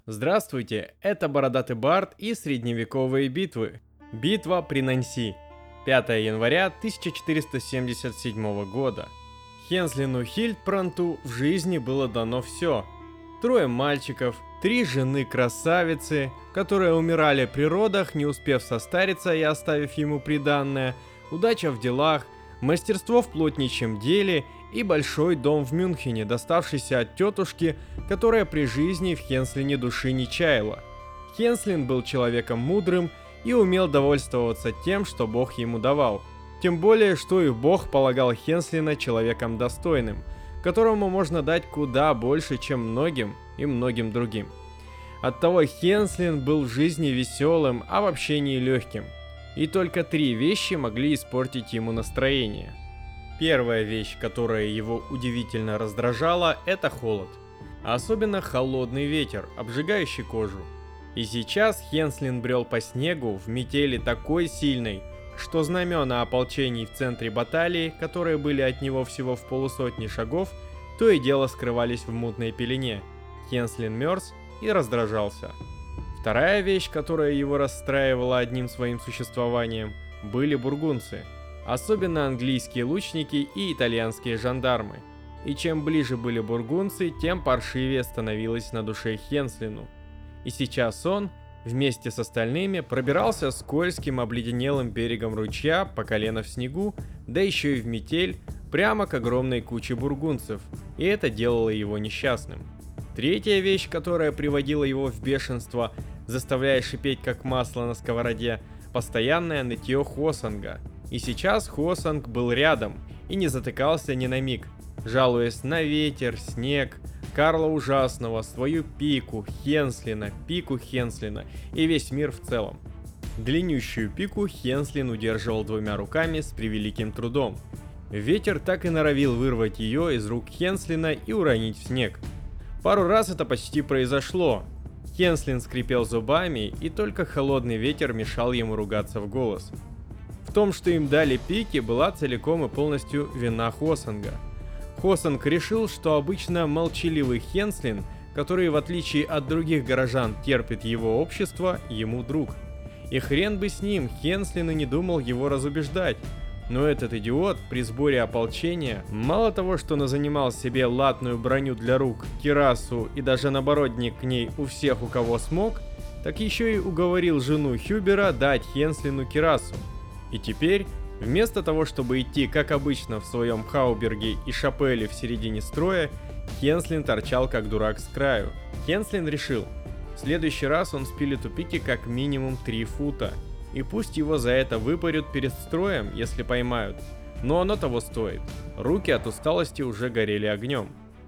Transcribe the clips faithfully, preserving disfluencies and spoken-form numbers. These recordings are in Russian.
Здравствуйте, это Бородатый Бард и средневековые битвы. Битва при Нанси. пятого января тысяча четыреста семьдесят седьмого года. Хенслину Хильдбранту в жизни было дано все. Трое мальчиков, три жены-красавицы, которые умирали при родах, не успев состариться и оставив ему приданное, удача в делах, мастерство в плотничьем деле и большой дом в Мюнхене, доставшийся от тетушки, которая при жизни в Хенслине души не чаяла. Хенслин был человеком мудрым и умел довольствоваться тем, что Бог ему давал. Тем более, что и Бог полагал Хенслина человеком достойным, которому можно дать куда больше, чем многим и многим другим. Оттого Хенслин был в жизни веселым, а в общении легким. И только три вещи могли испортить ему настроение. Первая вещь, которая его удивительно раздражала, это холод. Особенно холодный ветер, обжигающий кожу. И сейчас Хенслин брел по снегу в метели такой сильной, что знамена ополчений в центре баталии, которые были от него всего в полусотни шагов, то и дело скрывались в мутной пелене. Хенслин мерз и раздражался. Вторая вещь, которая его расстраивала одним своим существованием, были бургундцы. Особенно английские лучники и итальянские жандармы. И чем ближе были бургундцы, тем паршивее становилось на душе Хенслину. И сейчас он, вместе с остальными, пробирался скользким обледенелым берегом ручья по колено в снегу, да еще и в метель, прямо к огромной куче бургундцев, и это делало его несчастным. Третья вещь, которая приводила его в бешенство, заставляя шипеть как масло на сковороде, постоянное нытье Хосанга. И сейчас Хосанг был рядом и не затыкался ни на миг, жалуясь на ветер, снег, Карла Ужасного, свою пику, Хенслина, пику Хенслина и весь мир в целом. Длиннющую пику Хенслин удерживал двумя руками с превеликим трудом. Ветер так и норовил вырвать ее из рук Хенслина и уронить в снег. Пару раз это почти произошло. Хенслин скрипел зубами, и только холодный ветер мешал ему ругаться в голос. В том, что им дали пики, была целиком и полностью вина Хосанга. Хосанг решил, что обычно молчаливый Хенслин, который в отличие от других горожан терпит его общество, ему друг. И хрен бы с ним, Хенслин и не думал его разубеждать. Но этот идиот при сборе ополчения, мало того, что назанимал себе латную броню для рук, кирасу и даже набородник к ней у всех, у кого смог, так еще и уговорил жену Хюбера дать Хенслину кирасу. И теперь, вместо того, чтобы идти, как обычно, в своем хауберге и шапеле в середине строя, Хенслин торчал как дурак с краю. Хенслин решил, в следующий раз он спилит у пики как минимум три фута. И пусть его за это выпарют перед строем, если поймают, но оно того стоит. Руки от усталости уже горели огнем.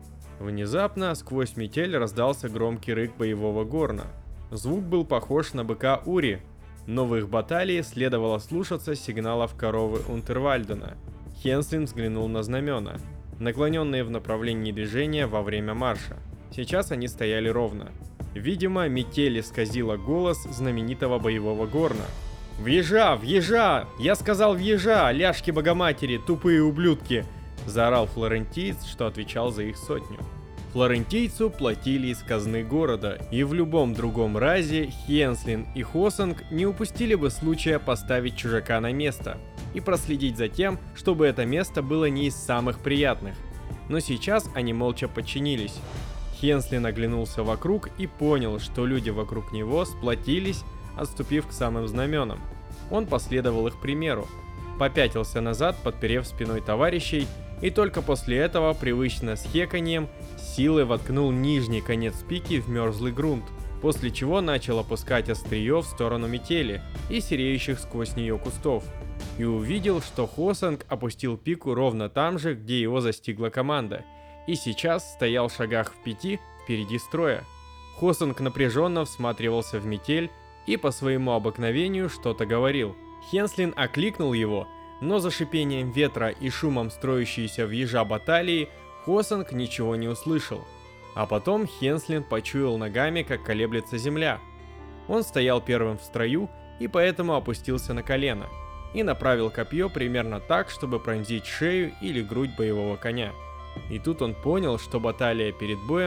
Внезапно сквозь метель раздался громкий рык боевого горна. Звук был похож на быка Ури, но в их баталии следовало слушаться сигналов коровы Унтервальдена. Хенслин взглянул на знамена, наклоненные в направлении движения во время марша. Сейчас они стояли ровно. Видимо, метель исказила голос знаменитого боевого горна. «Въезжа! Въезжа! Я сказал въезжа! Ляжки Богоматери, тупые ублюдки!» — заорал флорентиец, что отвечал за их сотню. Флорентийцу платили из казны города, и в любом другом разе Хенслин и Хосанг не упустили бы случая поставить чужака на место и проследить за тем, чтобы это место было не из самых приятных. Но сейчас они молча подчинились. Хенслин оглянулся вокруг и понял, что люди вокруг него сплотились, отступив к самым знаменам. Он последовал их примеру, попятился назад, подперев спиной товарищей, и только после этого, привычно с хеканьем, силой воткнул нижний конец пики в мерзлый грунт, после чего начал опускать острие в сторону метели и сереющих сквозь нее кустов, и увидел, что Хосанг опустил пику ровно там же, где его застигла команда, и сейчас стоял в шагах в пяти впереди строя. Хосанг напряженно всматривался в метель и по своему обыкновению что-то говорил. Хенслин окликнул его, но за шипением ветра и шумом строящейся в ежа баталии Хосанг ничего не услышал. А потом Хенслин почуял ногами, как колеблется земля. Он стоял первым в строю и поэтому опустился на колено и направил копье примерно так, чтобы пронзить шею или грудь боевого коня. И тут он понял, что баталия перед боем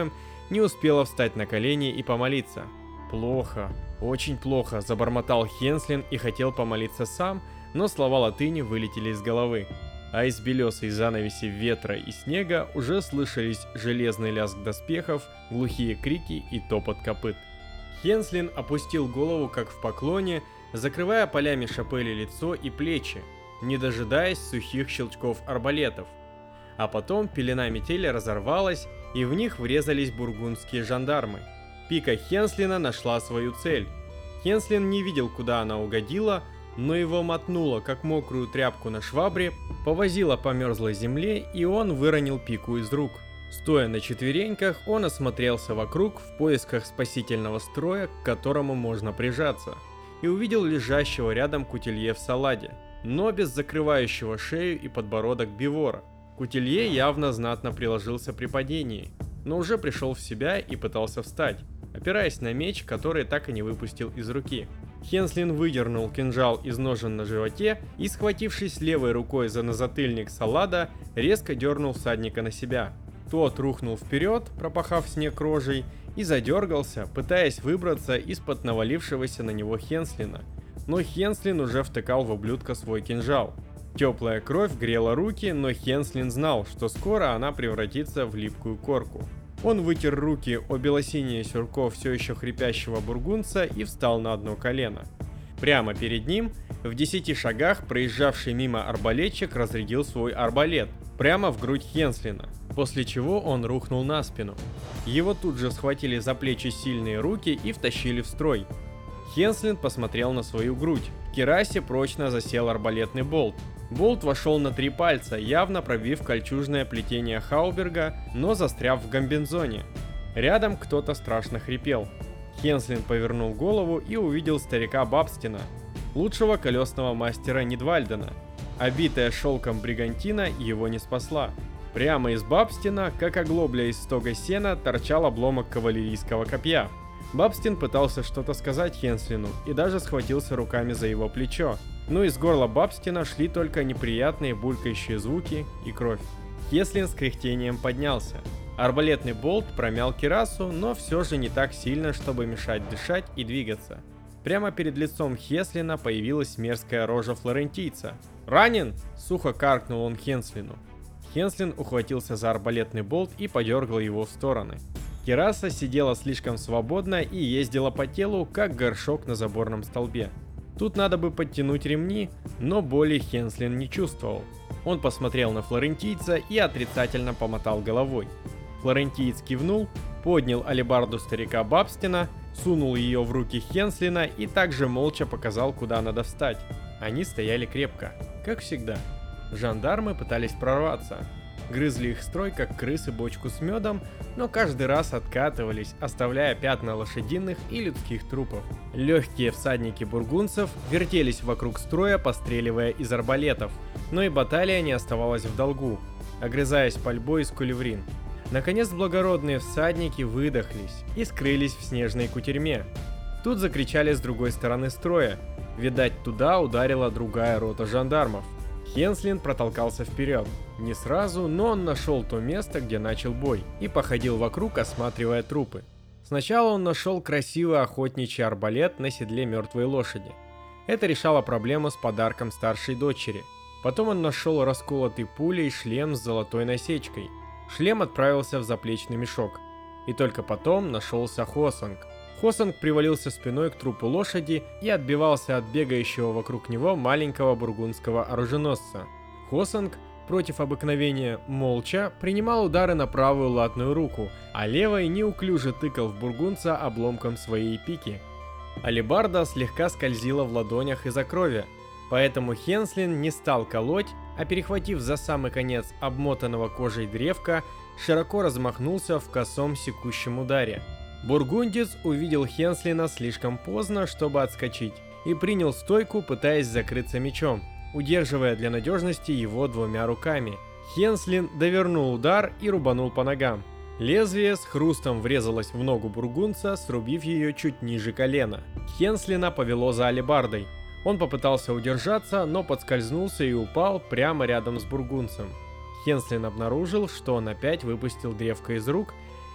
не успела встать на колени и помолиться. «Плохо, очень плохо», – забормотал Хенслин и хотел помолиться сам, но слова латыни вылетели из головы. А из белесой занавеси ветра и снега уже слышались железный лязг доспехов, глухие крики и топот копыт. Хенслин опустил голову как в поклоне, закрывая полями шапели лицо и плечи, не дожидаясь сухих щелчков арбалетов. А потом пелена метели разорвалась, и в них врезались бургундские жандармы. Пика Хенслина нашла свою цель. Хенслин не видел, куда она угодила, но его мотнуло, как мокрую тряпку на швабре, повозило по мерзлой земле, и он выронил пику из рук. Стоя на четвереньках, он осмотрелся вокруг в поисках спасительного строя, к которому можно прижаться, и увидел лежащего рядом Кутилье в саладе, но без закрывающего шею и подбородок Бивора. Кутилье явно знатно приложился при падении, но уже пришел в себя и пытался встать, опираясь на меч, который так и не выпустил из руки. Хенслин выдернул кинжал из ножен на животе и, схватившись левой рукой за назатыльник Салада, резко дернул всадника на себя. Тот рухнул вперед, пропахав снег рожей, и задергался, пытаясь выбраться из-под навалившегося на него Хенслина. Но Хенслин уже втыкал в ублюдка свой кинжал. Теплая кровь грела руки, но Хенслин знал, что скоро она превратится в липкую корку. Он вытер руки о белосинее сюрко все еще хрипящего бургунца и встал на одно колено. Прямо перед ним, в десяти шагах, проезжавший мимо арбалетчик разрядил свой арбалет прямо в грудь Хенслина, после чего он рухнул на спину. Его тут же схватили за плечи сильные руки и втащили в строй. Хенслин посмотрел на свою грудь. В кирасе прочно засел арбалетный болт. Болт вошел на три пальца, явно пробив кольчужное плетение Хауберга, но застряв в гамбинзоне. Рядом кто-то страшно хрипел. Хенслин повернул голову и увидел старика Бабстина, лучшего колесного мастера Нидвальдена. Обитая шелком бригантина его не спасла. Прямо из Бабстина, как оглобля из стога сена, торчал обломок кавалерийского копья. Бабстин пытался что-то сказать Хенслину и даже схватился руками за его плечо, но из горла Бабстина шли только неприятные булькающие звуки и кровь. Хенслин с кряхтением поднялся. Арбалетный болт промял кирасу, но все же не так сильно, чтобы мешать дышать и двигаться. Прямо перед лицом Хенслина появилась мерзкая рожа флорентийца. «Ранен!» – сухо каркнул он Хенслину. Хенслин ухватился за арбалетный болт и подергал его в стороны. Кираса сидела слишком свободно и ездила по телу, как горшок на заборном столбе. Тут надо бы подтянуть ремни, но боли Хенслин не чувствовал. Он посмотрел на флорентийца и отрицательно помотал головой. Флорентиец кивнул, поднял алебарду старика Бабстина, сунул ее в руки Хенслина и также молча показал, куда надо встать. Они стояли крепко, как всегда. Жандармы пытались прорваться. Грызли их строй, как крысы бочку с медом, но каждый раз откатывались, оставляя пятна лошадиных и людских трупов. Легкие всадники бургунцев вертелись вокруг строя, постреливая из арбалетов, но и баталия не оставалась в долгу, огрызаясь пальбой из кулеврин. Наконец благородные всадники выдохлись и скрылись в снежной кутерьме. Тут закричали с другой стороны строя. Видать, туда ударила другая рота жандармов. Хенслин протолкался вперед. Не сразу, но он нашел то место, где начал бой, и походил вокруг, осматривая трупы. Сначала он нашел красивый охотничий арбалет на седле мертвой лошади. Это решало проблему с подарком старшей дочери. Потом он нашел расколотый пулей шлем с золотой насечкой. Шлем отправился в заплечный мешок. И только потом нашелся Хосанг. Хосанг привалился спиной к трупу лошади и отбивался от бегающего вокруг него маленького бургундского оруженосца. Хосанг, против обыкновения молча, принимал удары на правую латную руку, а левой неуклюже тыкал в бургунца обломком своей пики. Алебарда слегка скользила в ладонях из-за крови, поэтому Хенслин не стал колоть, а перехватив за самый конец обмотанного кожей древка, широко размахнулся в косом секущем ударе. Бургундец увидел Хенслина слишком поздно, чтобы отскочить, и принял стойку, пытаясь закрыться мечом, удерживая для надежности его двумя руками. Хенслин довернул удар и рубанул по ногам. Лезвие с хрустом врезалось в ногу бургунца, срубив ее чуть ниже колена. Хенслина повело за алебардой. Он попытался удержаться, но подскользнулся и упал прямо рядом с бургунцем. Хенслин обнаружил, что он опять выпустил древко из рук,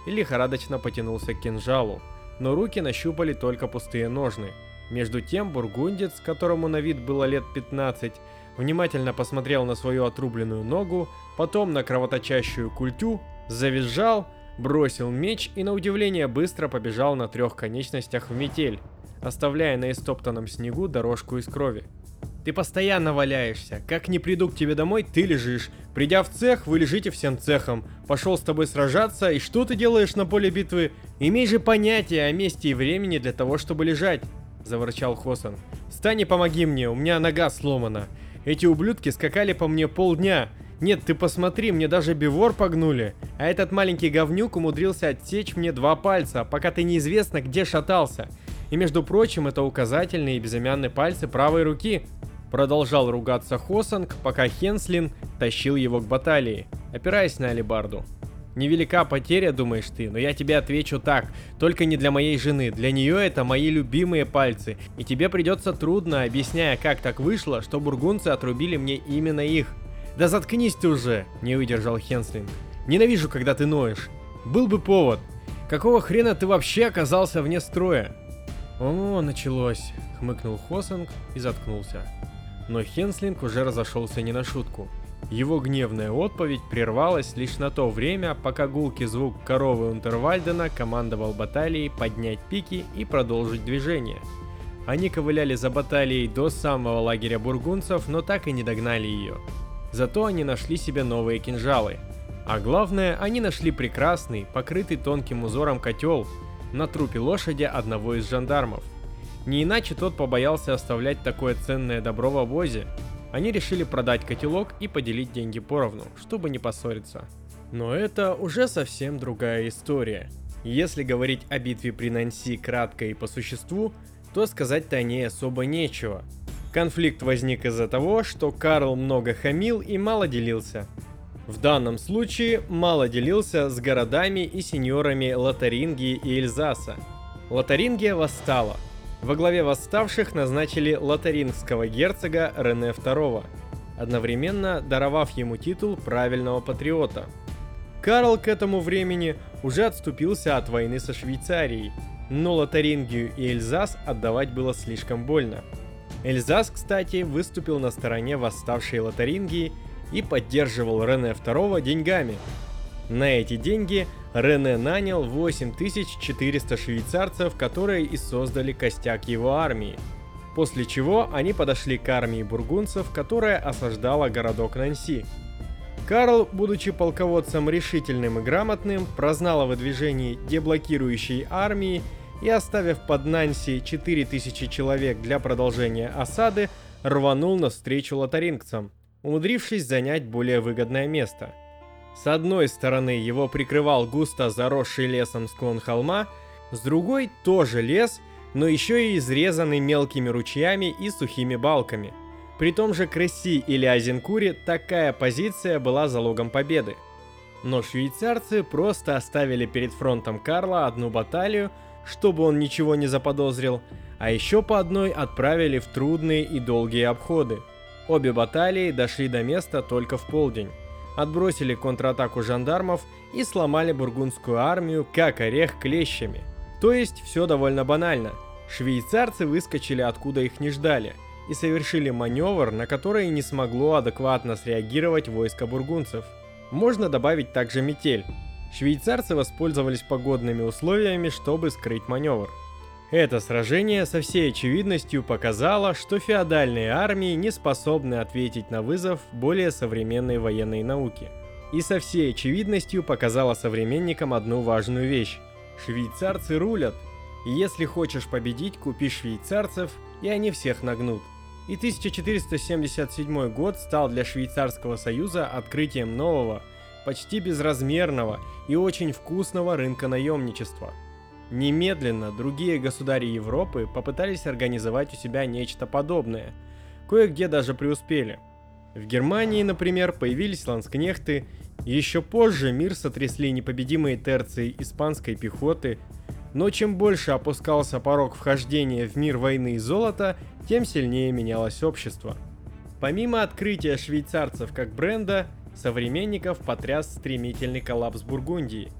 и лихорадочно потянулся к кинжалу, но руки нащупали только пустые ножны. Между тем бургундец, которому на вид было лет пятнадцать, внимательно посмотрел на свою отрубленную ногу, потом на кровоточащую культю, завизжал, бросил меч и на удивление быстро побежал на трех конечностях в метель, оставляя на истоптанном снегу дорожку из крови. «Ты постоянно валяешься. Как не приду к тебе домой, ты лежишь. Придя в цех, вы лежите всем цехом. Пошел с тобой сражаться, и что ты делаешь на поле битвы? Имей же понятие о месте и времени для того, чтобы лежать!» — заворчал Хосон. «Встань и помоги мне, у меня нога сломана. Эти ублюдки скакали по мне полдня. Нет, ты посмотри, мне даже бивор погнули. А этот маленький говнюк умудрился отсечь мне два пальца, пока ты неизвестно где шатался. И между прочим, это указательные и безымянные пальцы правой руки». Продолжал ругаться Хосанг, пока Хенслин тащил его к баталии, опираясь на алебарду. «Невелика потеря, думаешь ты, но я тебе отвечу так, только не для моей жены, для нее это мои любимые пальцы, и тебе придется трудно, объясняя, как так вышло, что бургунцы отрубили мне именно их». «Да заткнись ты уже!» — не выдержал Хенслин. «Ненавижу, когда ты ноешь. Был бы повод. Какого хрена ты вообще оказался вне строя?» «О, началось!» — хмыкнул Хосанг и заткнулся. Но Хенслинг уже разошелся не на шутку. Его гневная отповедь прервалась лишь на то время, пока гулкий звук коровы Унтервальдена командовал баталией поднять пики и продолжить движение. Они ковыляли за баталией до самого лагеря бургунцев, но так и не догнали ее. Зато они нашли себе новые кинжалы. А главное, они нашли прекрасный, покрытый тонким узором котел на трупе лошади одного из жандармов. Не иначе тот побоялся оставлять такое ценное добро в обозе. Они решили продать котелок и поделить деньги поровну, чтобы не поссориться. Но это уже совсем другая история. Если говорить о битве при Нанси кратко и по существу, то сказать-то о ней особо нечего. Конфликт возник из-за того, что Карл много хамил и мало делился. В данном случае мало делился с городами и сеньорами Лотарингии и Эльзаса. Лотарингия восстала. Во главе восставших назначили лотарингского герцога Рене второго, одновременно даровав ему титул правильного патриота. Карл к этому времени уже отступился от войны со Швейцарией, но Лотарингию и Эльзас отдавать было слишком больно. Эльзас, кстати, выступил на стороне восставшей Лотарингии и поддерживал Рене второго деньгами. На эти деньги Рене нанял восемь тысяч четыреста швейцарцев, которые и создали костяк его армии. После чего они подошли к армии бургунцев, которая осаждала городок Нанси. Карл, будучи полководцем решительным и грамотным, прознал о выдвижении деблокирующей армии и, оставив под Нанси четыре тысячи человек для продолжения осады, рванул навстречу лотарингцам, умудрившись занять более выгодное место. С одной стороны его прикрывал густо заросший лесом склон холма, с другой тоже лес, но еще и изрезанный мелкими ручьями и сухими балками. При том же Кресси или Азенкуре такая позиция была залогом победы. Но швейцарцы просто оставили перед фронтом Карла одну баталию, чтобы он ничего не заподозрил, а еще по одной отправили в трудные и долгие обходы. Обе баталии дошли до места только в полдень. Отбросили контратаку жандармов и сломали бургундскую армию как орех клещами. То есть все довольно банально. Швейцарцы выскочили откуда их не ждали и совершили маневр, на который не смогло адекватно среагировать войско бургунцев. Можно добавить также метель. Швейцарцы воспользовались погодными условиями, чтобы скрыть маневр. Это сражение со всей очевидностью показало, что феодальные армии не способны ответить на вызов более современной военной науки. И со всей очевидностью показало современникам одну важную вещь. Швейцарцы рулят. И если хочешь победить, купи швейцарцев, и они всех нагнут. И тысяча четыреста семьдесят седьмой год стал для Швейцарского союза открытием нового, почти безразмерного и очень вкусного рынка наемничества. Немедленно другие государи Европы попытались организовать у себя нечто подобное, кое-где даже преуспели. В Германии, например, появились ланскнехты, еще позже мир сотрясли непобедимые терции испанской пехоты, но чем больше опускался порог вхождения в мир войны и золота, тем сильнее менялось общество. Помимо открытия швейцарцев как бренда, современников потряс стремительный коллапс Бургундии.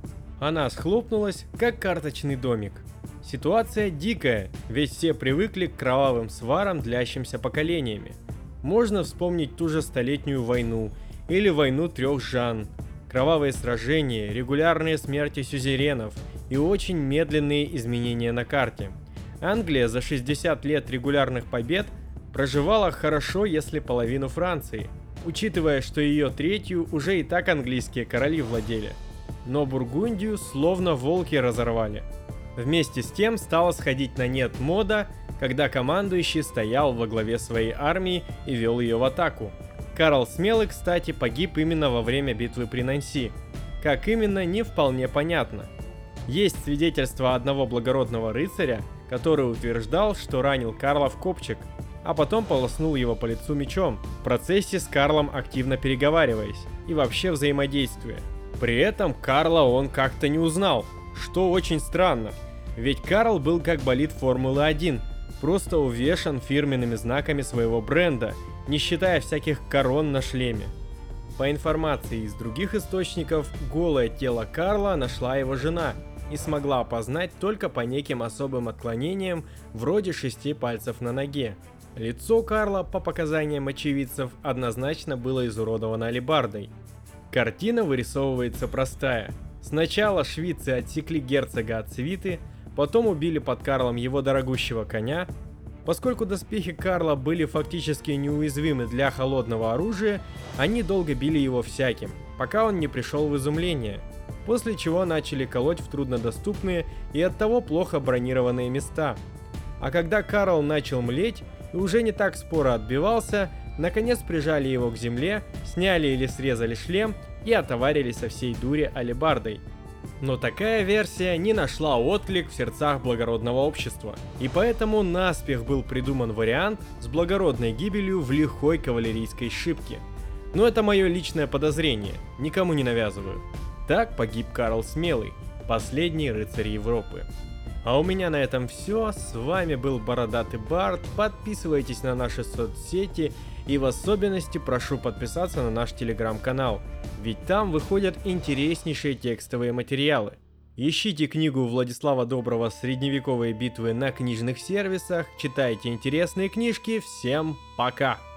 Она схлопнулась, как карточный домик. Ситуация дикая, ведь все привыкли к кровавым сварам, длящимся поколениями. Можно вспомнить ту же Столетнюю войну или войну трех Жан. Кровавые сражения, регулярные смерти сюзеренов и очень медленные изменения на карте. Англия за шестьдесят лет регулярных побед проживала хорошо, если половину Франции, учитывая, что ее третью уже и так английские короли владели. Но Бургундию словно волки разорвали. Вместе с тем стала сходить на нет мода, когда командующий стоял во главе своей армии и вел ее в атаку. Карл Смелый, кстати, погиб именно во время битвы при Нанси. Как именно, не вполне понятно. Есть свидетельство одного благородного рыцаря, который утверждал, что ранил Карла в копчик, а потом полоснул его по лицу мечом, в процессе с Карлом активно переговариваясь и вообще взаимодействуя. При этом Карла он как-то не узнал, что очень странно, ведь Карл был как болид Формулы один, просто увешан фирменными знаками своего бренда, не считая всяких корон на шлеме. По информации из других источников, голое тело Карла нашла его жена и смогла опознать только по неким особым отклонениям, вроде шести пальцев на ноге. Лицо Карла, по показаниям очевидцев, однозначно было изуродовано алебардой. Картина вырисовывается простая. Сначала швейцы отсекли герцога от свиты, потом убили под Карлом его дорогущего коня. Поскольку доспехи Карла были фактически неуязвимы для холодного оружия, они долго били его всяким, пока он не пришел в изумление, после чего начали колоть в труднодоступные и оттого плохо бронированные места. А когда Карл начал млеть и уже не так споро отбивался, наконец прижали его к земле, сняли или срезали шлем и отоварили со всей дури алебардой. Но такая версия не нашла отклик в сердцах благородного общества, и поэтому наспех был придуман вариант с благородной гибелью в лихой кавалерийской шибке. Но это мое личное подозрение, никому не навязываю. Так погиб Карл Смелый, последний рыцарь Европы. А у меня на этом все, с вами был Бородатый Бард, подписывайтесь на наши соцсети и в особенности прошу подписаться на наш телеграм-канал, ведь там выходят интереснейшие текстовые материалы. Ищите книгу Владислава Доброго «Средневековые битвы» на книжных сервисах, читайте интересные книжки, всем пока!